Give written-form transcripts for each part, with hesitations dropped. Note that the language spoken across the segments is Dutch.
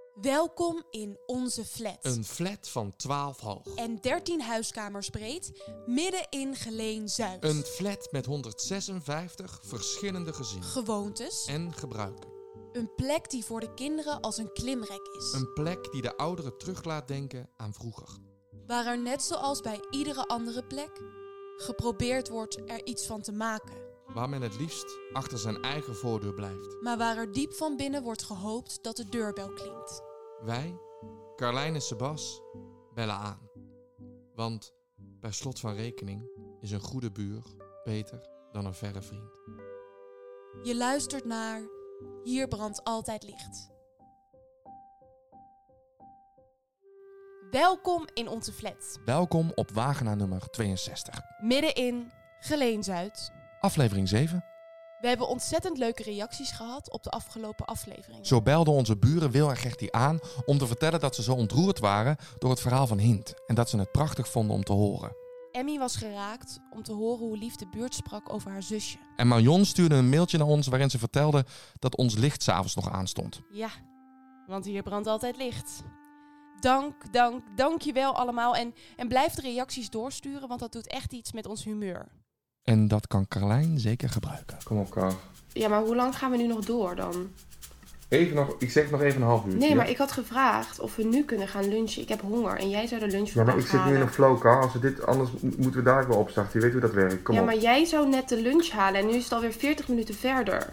Welkom in onze flat. Een flat van 12 hoog. En 13 huiskamers breed, midden in Geleen-Zuid. Een flat met 156 verschillende gezinnen. Gewoontes. En gebruiken. Een plek die voor de kinderen als een klimrek is. Een plek die de ouderen terug laat denken aan vroeger. Waar er net zoals bij iedere andere plek geprobeerd wordt er iets van te maken. Waar men het liefst achter zijn eigen voordeur blijft. Maar waar er diep van binnen wordt gehoopt dat de deurbel klinkt. Wij, Carlijn en Sebas, bellen aan. Want per slot van rekening is een goede buur beter dan een verre vriend. Je luistert naar Hier brandt altijd licht. Welkom in onze flat. Welkom op Wagenaar nummer 62. Midden in Geleen-Zuid. Aflevering 7. We hebben ontzettend leuke reacties gehad op de afgelopen aflevering. Zo belden onze buren Wil en Gertie aan om te vertellen dat ze zo ontroerd waren door het verhaal van Hint. En dat ze het prachtig vonden om te horen. Emmy was geraakt om te horen hoe lief de buurt sprak over haar zusje. En Marion stuurde een mailtje naar ons waarin ze vertelde dat ons licht 's avonds nog aanstond. Ja, want hier brandt altijd licht. Dank je wel allemaal. En blijf de reacties doorsturen, want dat doet echt iets met ons humeur. En dat kan Carlijn zeker gebruiken. Kom op, Kar. Ja, maar hoe lang gaan we nu nog door dan? Even nog, ik zeg nog even een half uur. Nee, maar ik had gevraagd of we nu kunnen gaan lunchen. Ik heb honger en jij zou de lunch Ja, voor maar me ik zit nu in halen. een flow, Kar. Als we dit, anders moeten we daar weer opstarten. Je weet hoe dat werkt. Kom Ja, op. maar jij zou net de lunch halen en nu is het alweer 40 minuten verder.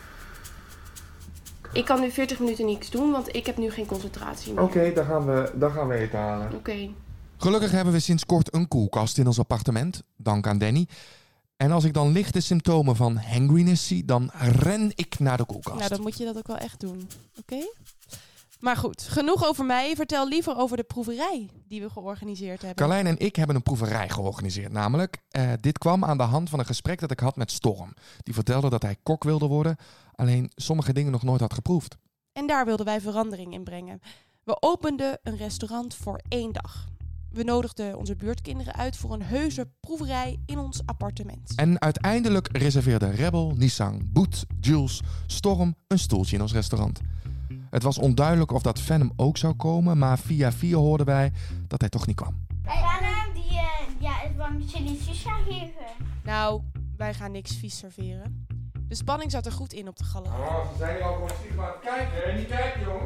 Ik kan nu 40 minuten niks doen, want ik heb nu geen concentratie meer. Oké, dan gaan we eten halen. Oké. Gelukkig hebben we sinds kort een koelkast in ons appartement, dank aan Danny. En als ik dan lichte symptomen van hangriness zie, dan ren ik naar de koelkast. Nou, dan moet je dat ook wel echt doen. Oké? Maar goed, genoeg over mij. Vertel liever over de proeverij die we georganiseerd hebben. Carlijn en ik hebben een proeverij georganiseerd. Namelijk, dit kwam aan de hand van een gesprek dat ik had met Storm. Die vertelde dat hij kok wilde worden, alleen sommige dingen nog nooit had geproefd. En daar wilden wij verandering in brengen. We openden een restaurant voor 1 dag. We nodigden onze buurtkinderen uit voor een heuse proeverij in ons appartement. En uiteindelijk reserveerde Rebel, Nissan, Boet, Jules, Storm een stoeltje in ons restaurant. Het was onduidelijk of dat Venom ook zou komen, maar via hoorden wij dat hij toch niet kwam. Venom die is bang chili shisha geven. Nou, wij gaan niks vies serveren. De spanning zat er goed in op de galerie. Oh, ze zijn hier al gewoon stiekem aan het kijken. En niet kijken, jongens.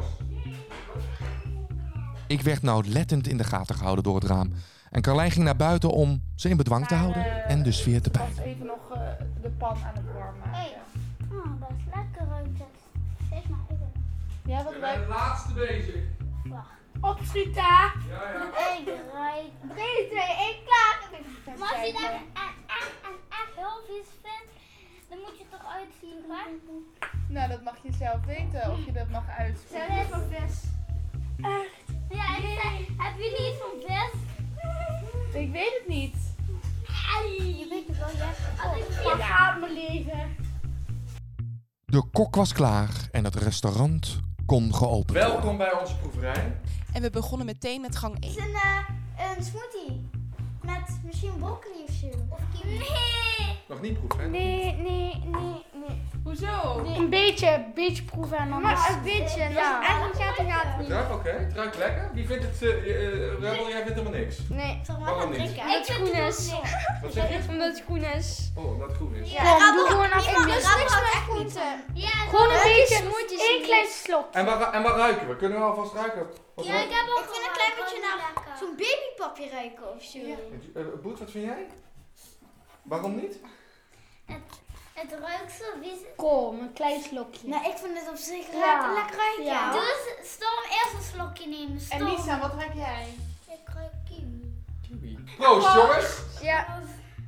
Ik werd nauwlettend in de gaten gehouden door het raam. En Carlijn ging naar buiten om ze in bedwang te houden en de sfeer te peilen. Even nog de pan aan het warm maken. Hey. Oh, dat is lekker ruikt het. Zeg maar even. Ja, wat leuk. de laatste bezig. Opschieten! Ja. Ik ruik. 3, 2, 1, klaar. Maar als je dat echt heel vies vindt, dan moet je het toch uitvliegen. Nou, dat mag je zelf weten of je dat mag uitspreken. Zijn even van vis? Echt? Ja, ik zei, hebben jullie iets van vis? Ik weet het niet. Je weet het wel, ja. Ik ga mijn leven. De kok was klaar en het restaurant kon geopend worden. Welkom bij onze proeverij. En we begonnen meteen met gang 1. Het is een smoothie. Met misschien broccoli of zo. Of kiwi. Nee. Nog niet proeven, hè? Nee. Hoezo? Een beetje proeven en dan maar een beetje. Ja. Eigenlijk gaat het Het ruikt oké. Het ruikt lekker. Wie vindt het, Rebel, jij vindt helemaal niks. Nee. Waarom niet? Ik vind groen is. Wat zeg je? Omdat het groen is. Oh, omdat het groen is. Ja, kom, doe gewoon even niks met groenten. Ja, gewoon een beetje, één klein slok. En waar ruiken we? Kunnen we alvast ruiken? Ja, ik heb ook vind een klein beetje naar zo'n babypapje ruiken of zo. Boet, wat vind jij? Waarom niet? Het ruikt zo vies. Kom, een klein slokje. Nou, ik vind het op zich lekker ruiken. Ja. Doe eens, Storm, eerst een slokje nemen. En Lisa, wat ruik jij? Ik ruik kiwi. Kiwi. Proost, jongens! Ja.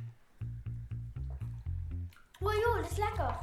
Oh joh, dat is lekker.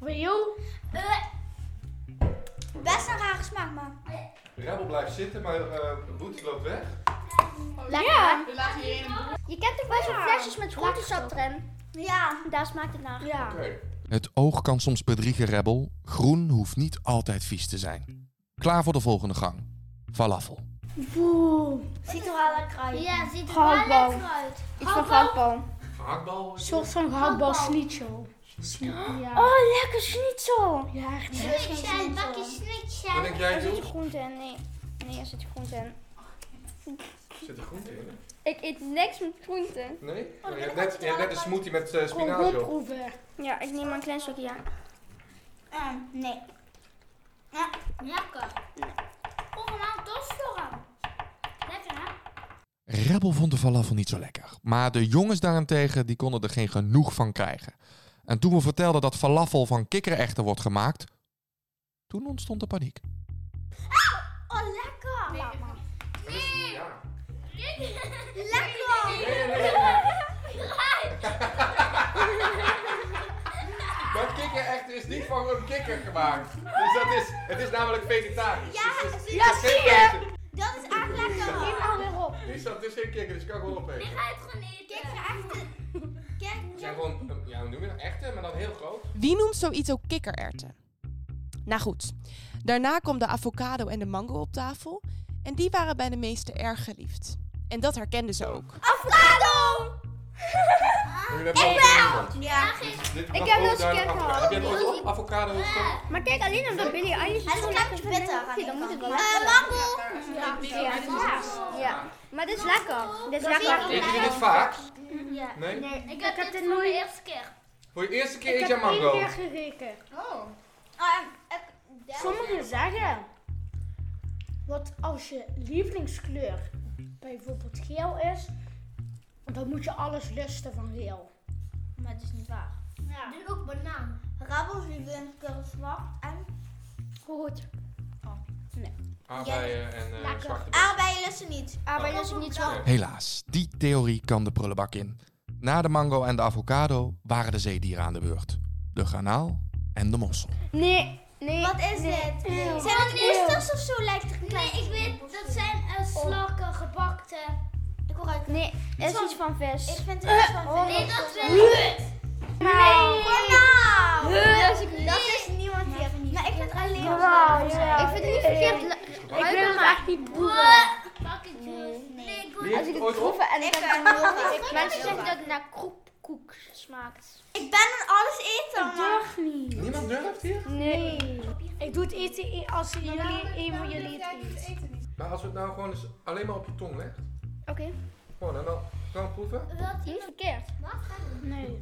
Best een rare smaak, maar... Rebel blijft zitten, maar Boet loopt weg. Lekker. Ja. We laten hier in een broek. Je kent toch wel zo'n flesjes met groentesap erin? Ja. Daar smaakt het naar. Ja. Oké. Het oog kan soms bedriegen, Rebel. Groen hoeft niet altijd vies te zijn. Klaar voor de volgende gang. Falafel. Ziet er wel lekker uit. Ja, ziet er wel lekker uit. Iets van gehaktbal. Gehaktbal. Een soort van gehaktbal schnitzel. Ja. Oh, lekker schnitzel. Ja, echt niet. Schnitzel, bakje schnitzel. Wat denk jij, Er zit Jules? groente in. Nee, er zit groente in. Zit er groente in? Ik eet niks met groente. Nee? Oh, je hebt net een smoothie met Kom spinazie goed op. proeven. Ja, ik neem maar een klein stukje, ja. Nee. Ja, lekker. Kom maar toastvorm. Lekker, hè? Rebel vond de falafel niet zo lekker. Maar de jongens daarentegen die konden er geen genoeg van krijgen. En toen we vertelden dat falafel van kikkererwten wordt gemaakt, toen ontstond de paniek. Oh, lekker. Nee. Ja. Lekker. Nee. Maar kikkererwten is niet van een kikker gemaakt. Dus het is namelijk vegetarisch. Ja, zie je? Dat is echt lekker. Neem maar weer op. Het is geen kikker, dus ik kan gewoon opeten. Ik ga het gewoon eten. Kijk, Het zijn gewoon, hoe noem je dat? Echte, maar dan heel groot. Wie noemt zoiets ook kikkererwten? Nou goed, daarna kwam de avocado en de mango op tafel. En die waren bij de meesten erg geliefd. En dat herkenden ze ook. avocado. Ja. Ik heb wel eens een keer gehad. Heb je ooit avocado gegeten? Maar kijk, alleen omdat Billy Eilish het zo lekker vindt. Oké, dan moet het wel lekker mango. Ja. Maar dit is lekker. Dit is lekker. Eet je dit vaak? Ja. Nee? Ik heb dit nooit de eerste keer. Voor je eerste keer eet jij mango? Ik heb 1 keer gekeken. Sommigen zeggen, wat als je lievelingskleur bijvoorbeeld geel is, dan moet je alles lusten van geel. Maar het is niet waar. Ja. Doe ook banaan. Rabbels lievelingskleur is zwart en Goed. Aardbeien en zwarte bessen. aardbeien lusten niet. Aardbeien lusten niet zwart. Helaas, die theorie kan de prullenbak in. Na de mango en de avocado waren de zeedieren aan de beurt. De garnaal en de mossel. Nee. Wat is dit? Zijn het oesters of zo lijkt het? Nee, ik weet, dat zijn slakken, gebakte. Ik hoor uit. Nee, het is iets van vis. Ik vind het iets van vis. Nee, dat vind ik. Nee. Dat is niemand hier. Maar ik vind het alleen ik vind het niet verkeerd. Ik wil het echt niet proeven. Als ik het proef en ik heb mensen zeggen dat het naar kroepkoek smaakt. Ik ben aan alles eten. Ik durf niet. Niemand durft hier? Nee. Ik doe het eten als jullie een van jullie het eet. Maar als we het nou gewoon eens alleen maar op je tong legt. Oké. Gewoon en dan gaan we proeven? Dat is niet verkeerd. Nee.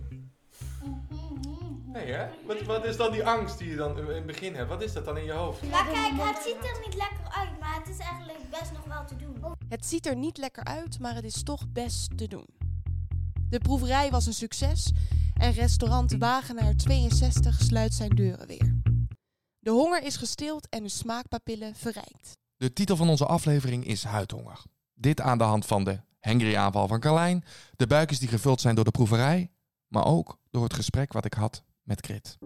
Nee hè? Wat is dan die angst die je dan in het begin hebt? Wat is dat dan in je hoofd? Maar kijk, het ziet er niet lekker uit, maar het is eigenlijk best nog wel te doen. Het ziet er niet lekker uit, maar het is toch best te doen. De proeverij was een succes en restaurant Wagenaar 62 sluit zijn deuren weer. De honger is gestild en de smaakpapillen verrijkt. De titel van onze aflevering is Huidhonger. Dit aan de hand van de hangry aanval van Carlijn, de buikjes die gevuld zijn door de proeverij, maar ook door het gesprek wat ik had met Krit.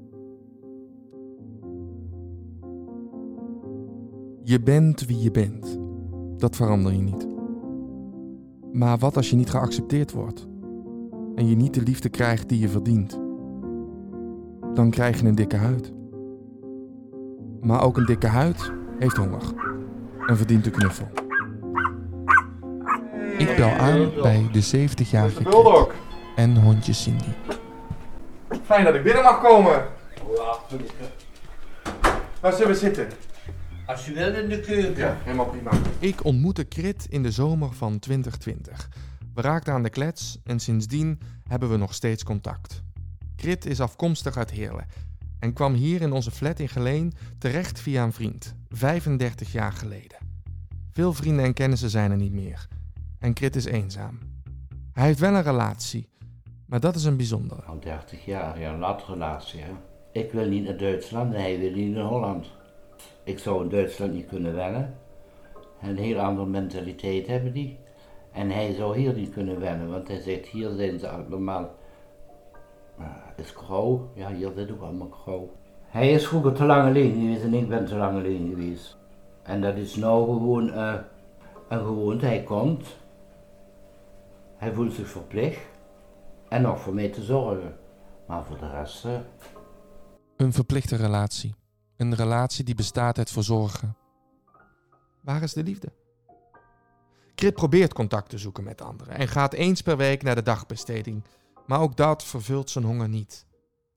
Je bent wie je bent. Dat verander je niet. Maar wat als je niet geaccepteerd wordt en je niet de liefde krijgt die je verdient? Dan krijg je een dikke huid. Maar ook een dikke huid heeft honger en verdient de knuffel. Ik bel aan bij de 70-jarige Krit en hondje Cindy. Fijn dat ik binnen mag komen. Waar zullen we zitten? Als je wil in de keuken. Ja, helemaal prima. Ik ontmoette Krit in de zomer van 2020. We raakten aan de klets en sindsdien hebben we nog steeds contact. Krit is afkomstig uit Heerlen en kwam hier in onze flat in Geleen terecht via een vriend, 35 jaar geleden. Veel vrienden en kennissen zijn er niet meer en Krit is eenzaam. Hij heeft wel een relatie, maar dat is een bijzondere. Al 30 jaar, ja, een latrelatie, hè. Ik wil niet naar Duitsland en hij wil niet naar Holland. Ik zou in Duitsland niet kunnen wennen. Een heel andere mentaliteit hebben die. En hij zou hier niet kunnen wennen, want hij zegt hier zijn ze allemaal. Is grauw, ja hier zit ook allemaal grauw. Hij is vroeger te lang alleen geweest en ik ben te lang alleen geweest. En dat is nou gewoon een gewoonte, hij komt. Hij voelt zich verplicht. En nog voor mij te zorgen. Maar voor de rest... Een verplichte relatie. Een relatie die bestaat uit verzorgen. Waar is de liefde? Krit probeert contact te zoeken met anderen en gaat eens per week naar de dagbesteding. Maar ook dat vervult zijn honger niet.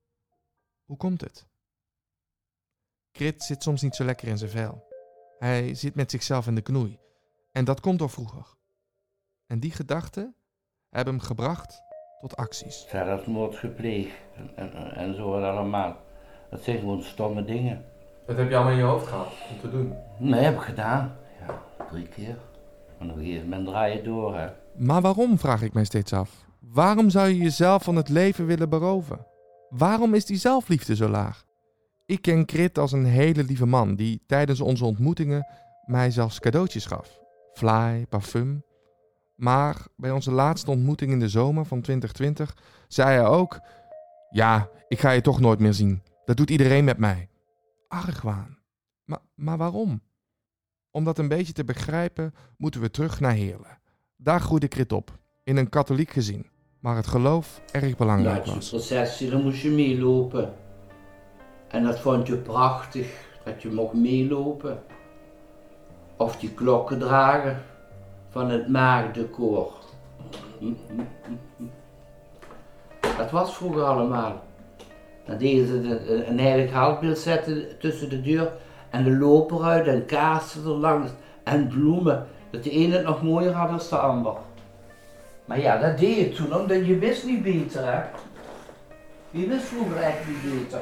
Hoe komt het? Krit zit soms niet zo lekker in zijn vel. Hij zit met zichzelf in de knoei. En dat komt door vroeger. En die gedachten hebben hem gebracht tot acties. Zelfmoord gepleegd en zo allemaal. Dat zijn gewoon stomme dingen. Dat heb je allemaal in je hoofd gehad om te doen. Nee, heb ik gedaan. Ja, 3 keer. En op een gegeven moment draai je door, hè. Maar waarom, vraag ik mij steeds af. Waarom zou je jezelf van het leven willen beroven? Waarom is die zelfliefde zo laag? Ik ken Krit als een hele lieve man die tijdens onze ontmoetingen mij zelfs cadeautjes gaf. Fly, parfum. Maar bij onze laatste ontmoeting in de zomer van 2020 zei hij ook: ja, ik ga je toch nooit meer zien. Dat doet iedereen met mij. Argwaan. Maar waarom? Om dat een beetje te begrijpen moeten we terug naar Heerlen. Daar groeide Krit op, in een katholiek gezin, waar het geloof erg belangrijk was. was. Processie, dan moest je meelopen. En dat vond je prachtig, dat je mocht meelopen. Of die klokken dragen van het maagdenkoor. Dat was vroeger allemaal. Dan deden ze een heilig houtbeeld zetten tussen de deur en de loper uit en kaarsen er langs en bloemen. Dat de ene het nog mooier had dan de ander. Maar ja, dat deed je toen omdat je wist niet beter, hè. Je wist vroeger echt niet beter.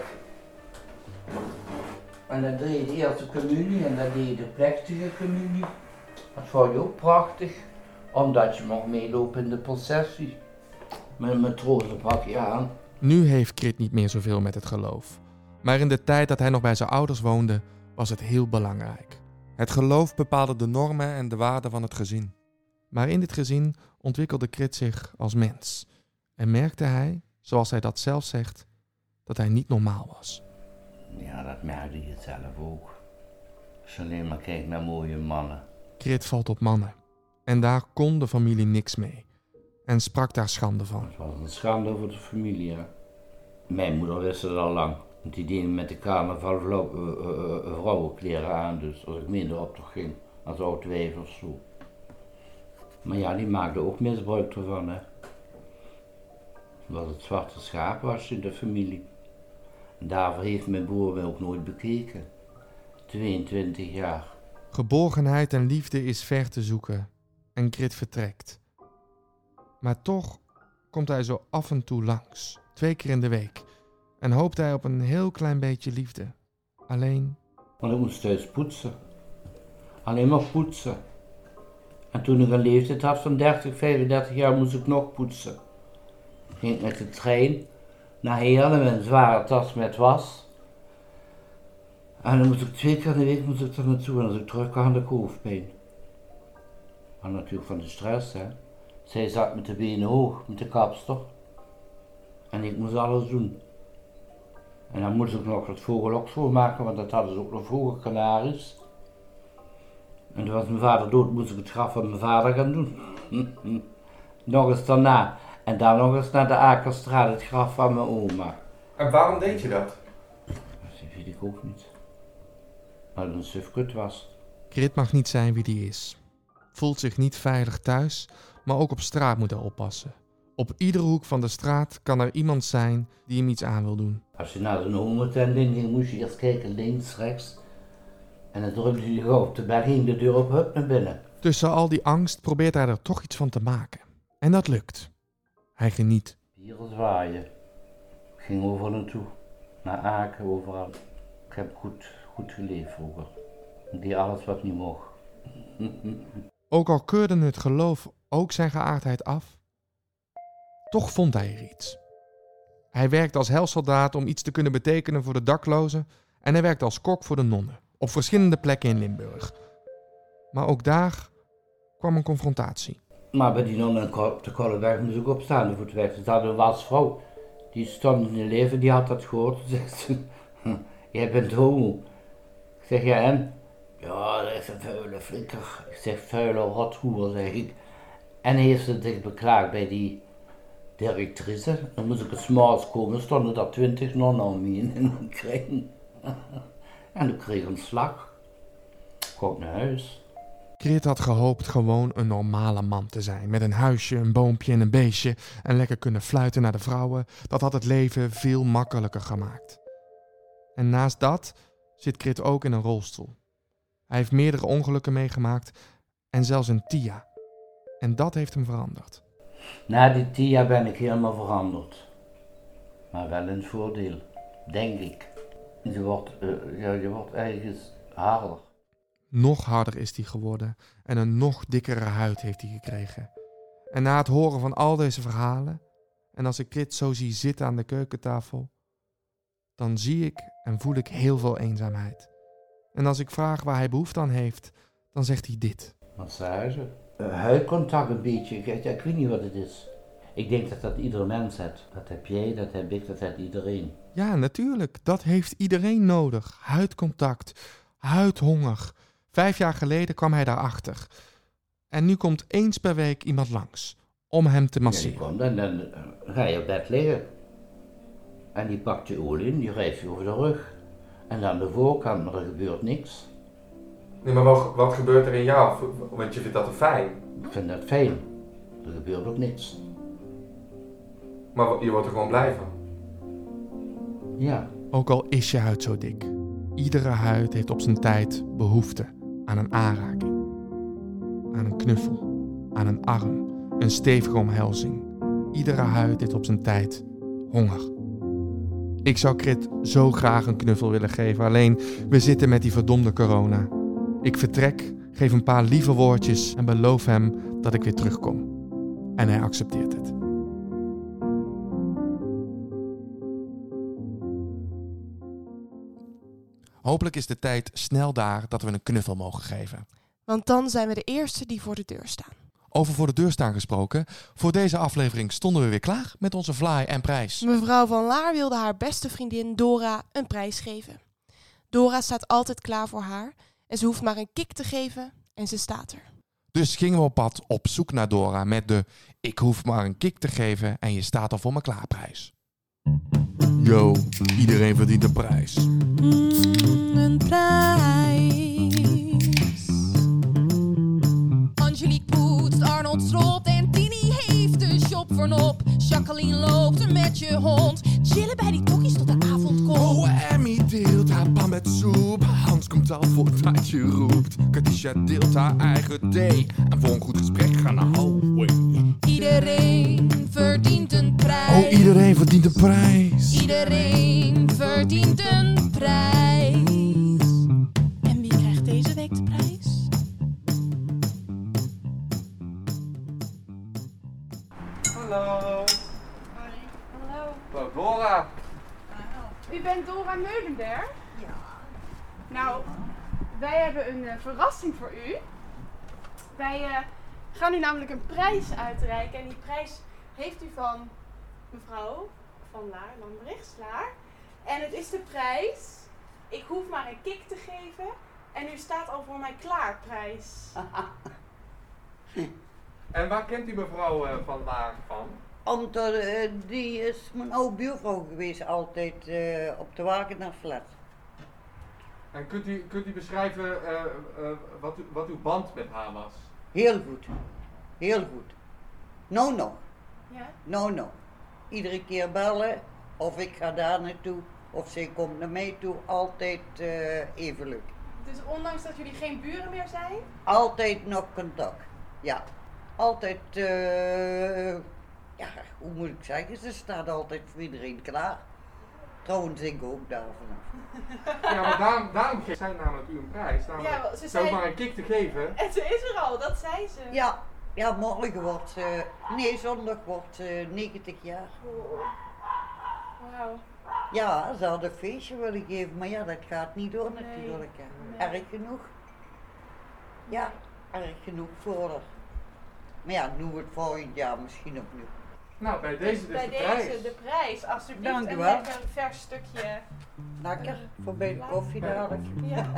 En dan deed je de eerste communie en dan deed je de plechtige communie. Dat vond je ook prachtig, omdat je mocht meelopen in de processie. Met een matrozenpakje aan. Nu heeft Krit niet meer zoveel met het geloof. Maar in de tijd dat hij nog bij zijn ouders woonde, was het heel belangrijk. Het geloof bepaalde de normen en de waarden van het gezin. Maar in dit gezin ontwikkelde Krit zich als mens. En merkte hij, zoals hij dat zelf zegt, dat hij niet normaal was. Ja, dat merkte je zelf ook. Als je alleen maar kijkt naar mooie mannen. Krit valt op mannen. En daar kon de familie niks mee. En sprak daar schande van. Het was een schande voor de familie, hè. Mijn moeder wist het al lang. Want die deed met de carnaval vrouwenkleren aan. Dus als ik mee in de optocht ging, als oud-wijf of zo. Maar ja, die maakte ook misbruik ervan, hè. Was het zwarte schaap was in de familie. En daarvoor heeft mijn broer mij ook nooit bekeken. 22 jaar. Geborgenheid en liefde is ver te zoeken. En Krit vertrekt. Maar toch komt hij zo af en toe langs. 2 keer in de week. En hoopt hij op een heel klein beetje liefde. Alleen... Want ik moest thuis poetsen. Alleen maar poetsen. En toen ik een leeftijd had van 30, 35 jaar moest ik nog poetsen. Ging ik met de trein naar Heerlen met een zware tas met was. En dan moest ik 2 keer in de week er naartoe en als ik terugkwam had ik hoofdpijn. Maar natuurlijk van de stress, hè. Zij zat met de benen hoog, met de kapster. En ik moest alles doen. En dan moest ik nog het vogelhok schoonmaken, want dat hadden ze ook nog vroeger, kanaries. En toen was mijn vader dood, moest ik het graf van mijn vader gaan doen. Nog eens daarna. En dan nog eens naar de Akerstraat, het graf van mijn oma. En waarom deed je dat? Dat weet ik ook niet. Maar dat een sufkut was. Krit mag niet zijn wie die is. Voelt zich niet veilig thuis, maar ook op straat moet hij oppassen. Op iedere hoek van de straat kan er iemand zijn die hem iets aan wil doen. Als je naar zo'n homotent ging, moest je eerst kijken links, rechts. En dan drukte je op de bel, ging de deur op, hup, naar binnen. Tussen al die angst probeert hij er toch iets van te maken. En dat lukt. Hij geniet. Hier zwaaien. Ik ging overal naartoe. Naar Aken, overal. Ik heb goed geleefd vroeger. Ik deed alles wat niet mocht. Ook al keurde het geloof ook zijn geaardheid af, toch vond hij er iets. Hij werkte als helsoldaat om iets te kunnen betekenen voor de daklozen en hij werkte als kok voor de nonnen, op verschillende plekken in Limburg. Maar ook daar kwam een confrontatie. Maar bij die nonnen op de Kolleberg moest ik opstaan voor het werk. Ze hadden een wasvrouw, die stond in het leven, die had dat gehoord. Ze zegt, jij bent homo. Ik zeg, ja en? Ja, dat is een vuile flikker. Ik zeg, vuile rothoer, zeg ik. En hij heeft zich beklaagd bij die directrice. Dan moest ik het 's morgens komen, stonden daar 20 nonnen om me in een kring. En ik kreeg een slag. Ik kwam naar huis. Krit had gehoopt gewoon een normale man te zijn. Met een huisje, een boompje en een beestje. En lekker kunnen fluiten naar de vrouwen. Dat had het leven veel makkelijker gemaakt. En naast dat zit Krit ook in een rolstoel. Hij heeft meerdere ongelukken meegemaakt en zelfs een TIA. En dat heeft hem veranderd. Na die 10 jaar ben ik helemaal veranderd. Maar wel in het voordeel, denk ik. Je wordt ergens harder. Nog harder is hij geworden en een nog dikkere huid heeft hij gekregen. En na het horen van al deze verhalen, en als ik Krit zo zie zitten aan de keukentafel, dan zie ik en voel ik heel veel eenzaamheid. En als ik vraag waar hij behoefte aan heeft, dan zegt hij dit. Massage. Huidcontact een beetje, ik weet niet wat het is. Ik denk dat dat iedere mens heeft. Dat heb jij, dat heb ik, dat heeft iedereen. Ja, natuurlijk. Dat heeft iedereen nodig. Huidcontact, huidhonger. 5 jaar geleden kwam hij daarachter. En nu komt eens per week iemand langs om hem te Ja, masseren. die komt en dan ga je op bed liggen. En die pakt je olie in, die wrijft je over de rug. En dan de voorkant, maar er gebeurt niks. Nee, maar wat gebeurt er in jou? Want je vindt dat fijn. Ik vind dat fijn. Er gebeurt ook niks. Maar je wordt er gewoon blij van. Ja. Ook al is je huid zo dik. Iedere huid heeft op zijn tijd behoefte aan een aanraking. Aan een knuffel. Aan een arm. Een stevige omhelzing. Iedere huid heeft op zijn tijd honger. Ik zou Krit zo graag een knuffel willen geven. Alleen, we zitten met die verdomde corona. Ik vertrek, geef een paar lieve woordjes en beloof hem dat ik weer terugkom. En hij accepteert het. Hopelijk is de tijd snel daar dat we een knuffel mogen geven. Want dan zijn we de eerste die voor de deur staan. Over voor de deur staan gesproken. Voor deze aflevering stonden we weer klaar met onze fly en prijs. Mevrouw van Laar wilde haar beste vriendin Dora een prijs geven. Dora staat altijd klaar voor haar en ze hoeft maar een kick te geven en ze staat er. Dus gingen we op pad op zoek naar Dora met de ik hoef maar een kick te geven en je staat al voor me klaar prijs. Yo, iedereen verdient een prijs. Een prijs. Angelique poetst, Arnold stropt en Tini heeft de shop vernop. Jacqueline loopt met je hond, chillen bij die tokkies tot de avond komt. Oh, Emmy deelt haar pan met soep. Hans komt al voordat je roept. Katisha deelt haar eigen thee. En voor een goed gesprek gaan naar Hallway. Iedereen verdient een prijs. Oh, iedereen verdient een prijs. Iedereen verdient een prijs. En wie krijgt deze week de prijs? Hallo. Hallo. Hallo Dora. U bent Dora Meulenberg? Ja. Nou, wij hebben een verrassing voor u. Wij gaan u namelijk een prijs uitreiken. En die prijs heeft u van mevrouw Van Laar, Lambrechtslaar. En het is de prijs, ik hoef maar een kick te geven. En u staat al voor mij klaar, prijs. En waar kent u mevrouw Van Laar van? Omdat die is mijn oude buurvrouw geweest, altijd op de Wagenerflat. En kunt u beschrijven wat uw band met haar was? Heel goed, heel goed. Nou nog, Ja? nou nog. Iedere keer bellen, of ik ga daar naartoe, of zij komt naar mij toe, altijd even leuk. Dus ondanks dat jullie geen buren meer zijn? Altijd nog contact, ja. Altijd, ja, hoe moet ik zeggen, ze staat altijd voor iedereen klaar. Trouwens, ik ook daar vanaf. Ja, maar daarom geeft zij namelijk u een prijs. Namelijk, Ja, ze ze zei- hoeft maar een kick te geven. En ze is er al, dat zei ze. Ja, ja, morgen wordt ze, nee, zondag wordt ze 90 jaar. Oh. Wauw. Ja, ze had een feestje willen geven, maar ja, dat gaat niet door Nee. natuurlijk. Hè. Nee. Erg genoeg. Ja, erg genoeg voor haar. Maar ja, doen we het volgend jaar misschien opnieuw. Nou, bij deze dus Bij de prijs. deze de prijs, alsjeblieft. Dank u een wel. lekker vers stukje. Lekker, voor bij de koffie dadelijk. Ja.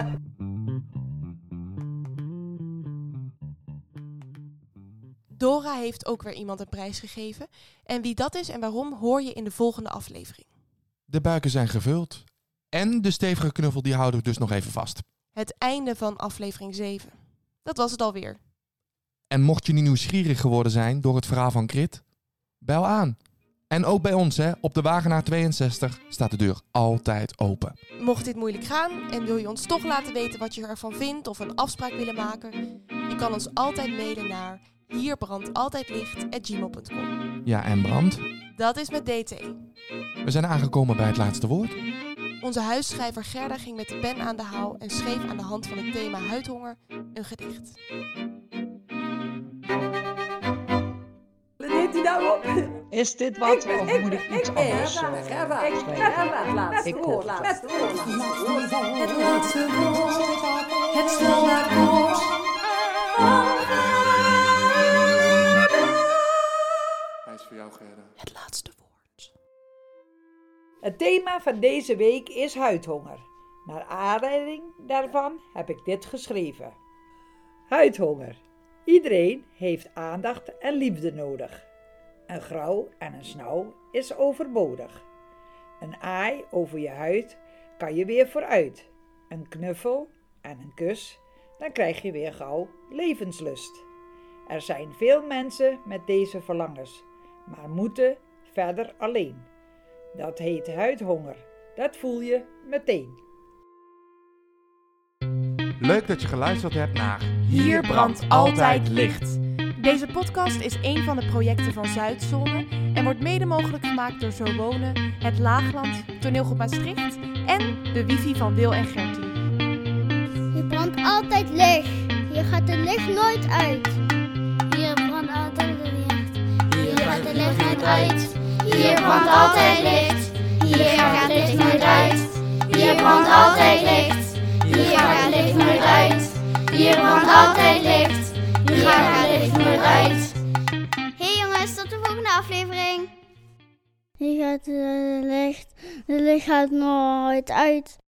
Dora heeft ook weer iemand een prijs gegeven. En wie dat is en waarom hoor je in de volgende aflevering. De buiken zijn gevuld. En de stevige knuffel die houden we dus nog even vast. Het einde van aflevering 7. Dat was het alweer. En mocht je nu nieuwsgierig geworden zijn door het verhaal van Krit, bel aan En ook bij ons, op de Wagenaar 62 staat de deur altijd open. Mocht dit moeilijk gaan en wil je ons toch laten weten wat je ervan vindt of een afspraak willen maken, je kan ons altijd mailen naar hierbrandt-altijd-licht@gmail.com. Ja, en Brand? Dat is met DT. We zijn aangekomen bij het laatste woord. Onze huisschrijver Gerda ging met de pen aan de haal en schreef aan de hand van het thema huidhonger een gedicht. Neemt hij nou op? Is dit wat of moet ik iets anders Gerda, het laatste woord. Het laatste woord. Het standaardwoord. Hij is voor jou, Gerda. Het laatste woord. Het thema van deze week is huidhonger. Naar aanleiding daarvan heb ik dit geschreven. Huidhonger. Iedereen heeft aandacht en liefde nodig. Een grauw en een snauw is overbodig. Een aai over je huid kan je weer vooruit. Een knuffel en een kus, dan krijg je weer gauw levenslust. Er zijn veel mensen met deze verlangens, maar moeten verder alleen. Dat heet huidhonger. Dat voel je meteen. Leuk dat je geluisterd hebt naar Hier brandt altijd licht. Deze podcast is een van de projecten van Zuidzone en wordt mede mogelijk gemaakt door Zo Wonen, Het Laagland, Toneelgroep Maastricht en de wifi van Wil en Gertie. Hier brandt altijd licht. Hier gaat de licht nooit uit. Hier brandt altijd licht. Hier gaat de licht nooit uit. Hier brandt altijd licht. Hier gaat het licht nooit uit. Hier brandt altijd licht. Hier gaat het licht nooit uit. Hier brandt altijd licht. Hier gaat het licht nooit uit. Hey jongens, tot de volgende aflevering. Hier gaat het licht. Het licht gaat nooit uit.